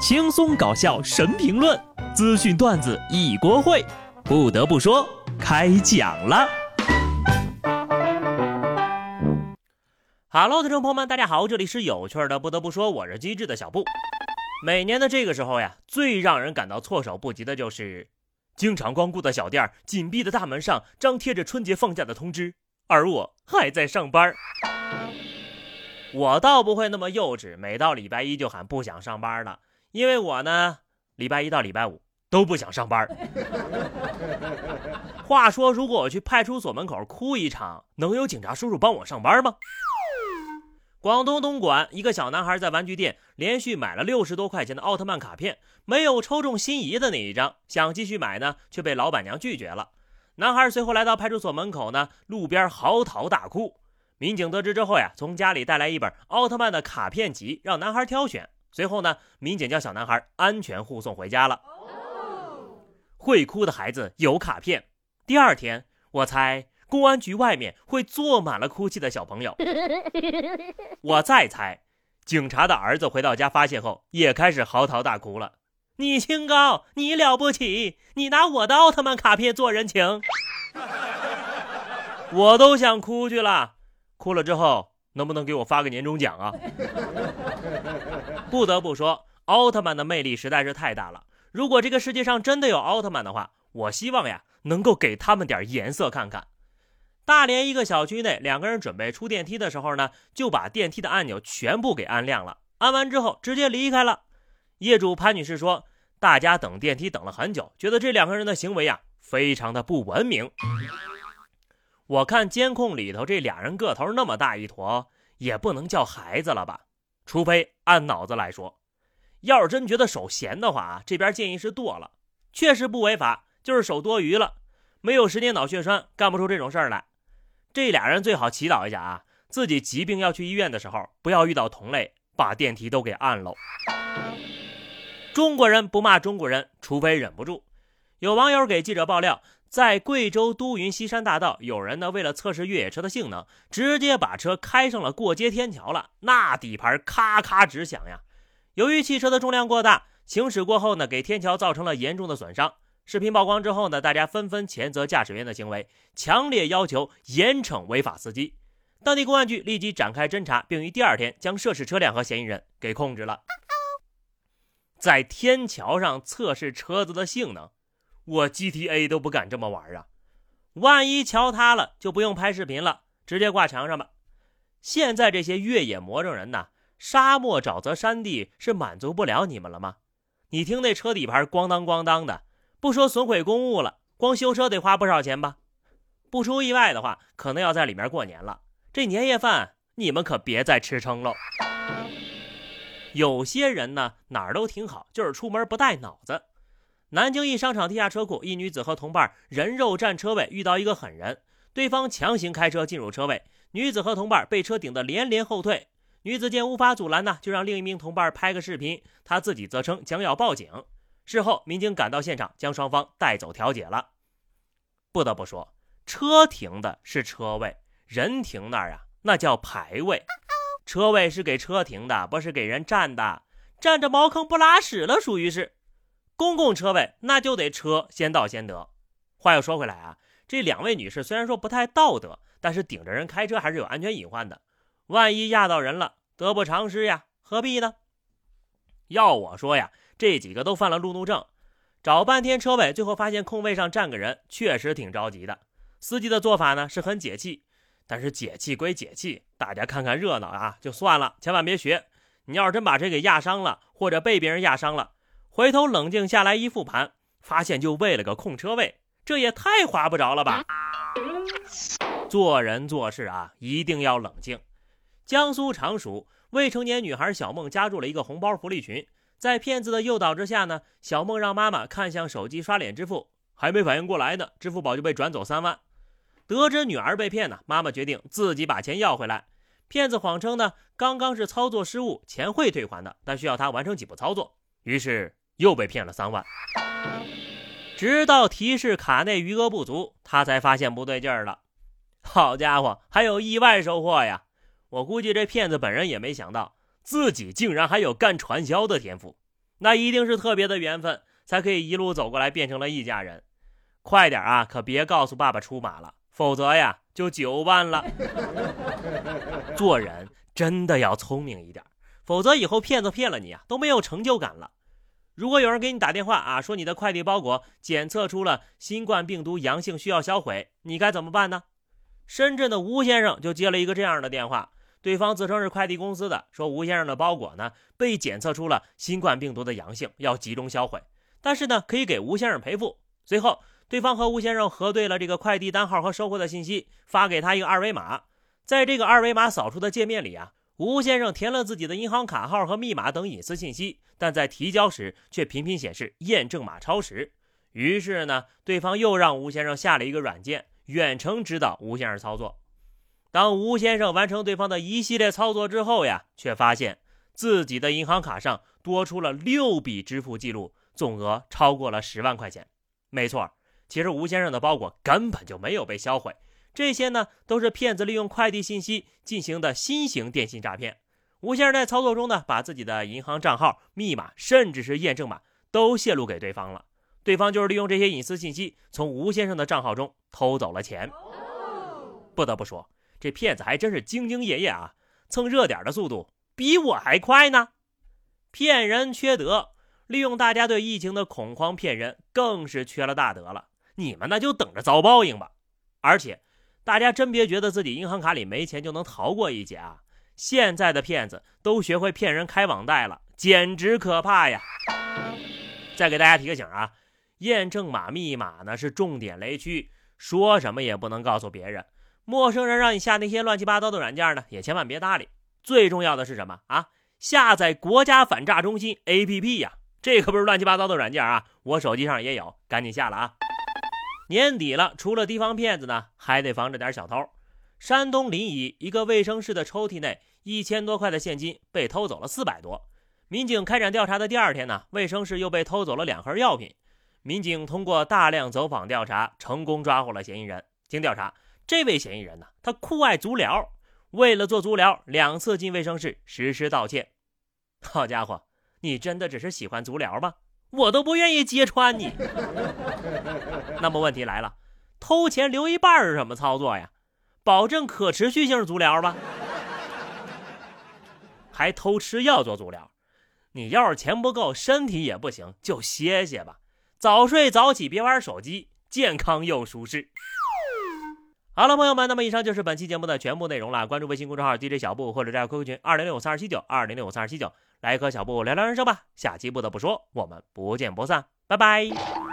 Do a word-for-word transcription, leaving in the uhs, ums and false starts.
轻松搞笑神评论，资讯段子一锅烩。不得不说，开讲了。Hello， 听众朋友们，大家好，这里是有趣的。不得不说，我是机智的小布。每年的这个时候呀，最让人感到措手不及的就是经常光顾的小店紧闭的大门上张贴着春节放假的通知，而我还在上班。我倒不会那么幼稚，每到礼拜一就喊不想上班了，因为我呢礼拜一到礼拜五都不想上班。话说，如果我去派出所门口哭一场，能有警察叔叔帮我上班吗？广东东莞一个小男孩在玩具店连续买了六十多块钱的奥特曼卡片，没有抽中心仪的那一张，想继续买呢，却被老板娘拒绝了。男孩随后来到派出所门口呢，路边嚎啕大哭。民警得知之后呀，从家里带来一本奥特曼的卡片集，让男孩挑选。随后呢，民警将小男孩安全护送回家了。会哭的孩子有卡片。第二天，我猜公安局外面会坐满了哭泣的小朋友。我再猜，警察的儿子回到家发现后，也开始嚎啕大哭了。你清高，你了不起，你拿我的奥特曼卡片做人情。我都想哭去了，哭了之后能不能给我发个年终奖啊？不得不说，奥特曼的魅力实在是太大了。如果这个世界上真的有奥特曼的话，我希望呀能够给他们点颜色看看。大连一个小区内，两个人准备出电梯的时候呢，就把电梯的按钮全部给按亮了，按完之后直接离开了。业主潘女士说，大家等电梯等了很久，觉得这两个人的行为呀非常的不文明。我看监控里头这俩人个头那么大一坨，也不能叫孩子了吧？除非按脑子来说。要是真觉得手闲的话，这边建议是剁了，确实不违法，就是手多余了，没有十年脑血栓干不出这种事儿来。这俩人最好祈祷一下啊，自己疾病要去医院的时候，不要遇到同类把电梯都给按喽。中国人不骂中国人，除非忍不住。有网友给记者爆料，在贵州都匀西山大道，有人呢为了测试越野车的性能，直接把车开上了过街天桥了，那底盘咔咔直响呀。由于汽车的重量过大，行驶过后呢，给天桥造成了严重的损伤。视频曝光之后呢，大家纷纷谴责驾驶员的行为，强烈要求严惩违法司机。当地公安局立即展开侦查，并于第二天将涉事车辆和嫌疑人给控制了。在天桥上测试车子的性能，我 G T A 都不敢这么玩啊！万一桥塌了，就不用拍视频了，直接挂墙上吧。现在这些越野魔怔人呐，沙漠沼泽山地是满足不了你们了吗？你听那车底盘咣当咣当的，不说损毁公物了，光修车得花不少钱吧？不出意外的话，可能要在里面过年了。这年夜饭你们可别再吃撑喽。有些人呢哪儿都挺好，就是出门不带脑子。南京一商场地下车库，一女子和同伴人肉占车位，遇到一个狠人，对方强行开车进入车位，女子和同伴被车顶得连连后退。女子见无法阻拦呢，就让另一名同伴拍个视频，她自己则称将要报警。事后民警赶到现场，将双方带走调解了。不得不说，车停的是车位，人停那儿啊那叫排位。车位是给车停的，不是给人站的，站着茅坑不拉屎了，属于是。公共车位那就得车先到先得。话又说回来啊，这两位女士虽然说不太道德，但是顶着人开车还是有安全隐患的，万一压到人了，得不偿失呀，何必呢？要我说呀，这几个都犯了路怒症，找半天车位，最后发现空位上站个人，确实挺着急的。司机的做法呢是很解气，但是解气归解气，大家看看热闹啊就算了，千万别学。你要是真把这给压伤了，或者被别人压伤了，回头冷静下来一复盘，发现就为了个空车位，这也太划不着了吧。做人做事啊一定要冷静。江苏常熟未成年女孩小梦加入了一个红包福利群，在骗子的诱导之下呢，小梦让妈妈看向手机刷脸支付，还没反应过来呢，支付宝就被转走三万。得知女儿被骗呢，妈妈决定自己把钱要回来。骗子谎称呢，刚刚是操作失误，钱会退还的，但需要他完成几步操作，于是又被骗了三万。直到提示卡内余额不足，他才发现不对劲儿了。好家伙，还有意外收获呀！我估计这骗子本人也没想到，自己竟然还有干传销的天赋。 那一定是特别的缘分，才可以一路走过来变成了一家人。快点啊，可别告诉爸爸出马了，否则呀就九万了。做人真的要聪明一点，否则以后骗子骗了你啊都没有成就感了。如果有人给你打电话啊，说你的快递包裹检测出了新冠病毒阳性，需要销毁，你该怎么办呢？深圳的吴先生就接了一个这样的电话，对方自称是快递公司的，说吴先生的包裹呢被检测出了新冠病毒的阳性，要集中销毁，但是呢可以给吴先生赔付。随后对方和吴先生核对了这个快递单号和收货的信息，发给他一个二维码。在这个二维码扫出的界面里啊，吴先生填了自己的银行卡号和密码等隐私信息，但在提交时却频频显示验证码超时。于是呢，对方又让吴先生下了一个软件，远程指导吴先生操作。当吴先生完成对方的一系列操作之后呀，却发现自己的银行卡上多出了六笔支付记录，总额超过了十万块钱。没错，其实吴先生的包裹根本就没有被销毁，这些呢都是骗子利用快递信息进行的新型电信诈骗。吴先生在操作中呢，把自己的银行账号、密码，甚至是验证码都泄露给对方了。对方就是利用这些隐私信息，从吴先生的账号中偷走了钱。不得不说，这骗子还真是兢兢业业啊，蹭热点的速度比我还快呢。骗人缺德，利用大家对疫情的恐慌骗人，更是缺了大德了。你们呢就等着遭报应吧。而且大家真别觉得自己银行卡里没钱就能逃过一劫啊！现在的骗子都学会骗人开网贷了，简直可怕呀！再给大家提个醒啊，验证码密码呢是重点雷区，说什么也不能告诉别人。陌生人让你下那些乱七八糟的软件呢，也千万别搭理。最重要的是什么啊？下载国家反诈中心 A P P 呀，这可不是乱七八糟的软件啊，我手机上也有，赶紧下了啊！年底了，除了提防骗子呢，还得防着点小偷。山东临沂一个卫生室的抽屉内，一千多块的现金被偷走了四百多。民警开展调查的第二天呢，卫生室又被偷走了两盒药品。民警通过大量走访调查，成功抓获了嫌疑人。经调查，这位嫌疑人呢，他酷爱足疗，为了做足疗，两次进卫生室实施盗窃。好家伙，你真的只是喜欢足疗吗？我都不愿意揭穿你。那么问题来了，偷钱留一半是什么操作呀？保证可持续性足疗吧？还偷吃药做足疗？你要是钱不够，身体也不行，就歇歇吧，早睡早起，别玩手机，健康又舒适。好了，朋友们，那么以上就是本期节目的全部内容了。关注微信公众号 D J 小布，或者加 Q Q 群二零六五三二七九二零六五三二七九，来和小布聊聊人生吧。下期不得不说，我们不见不散，拜拜。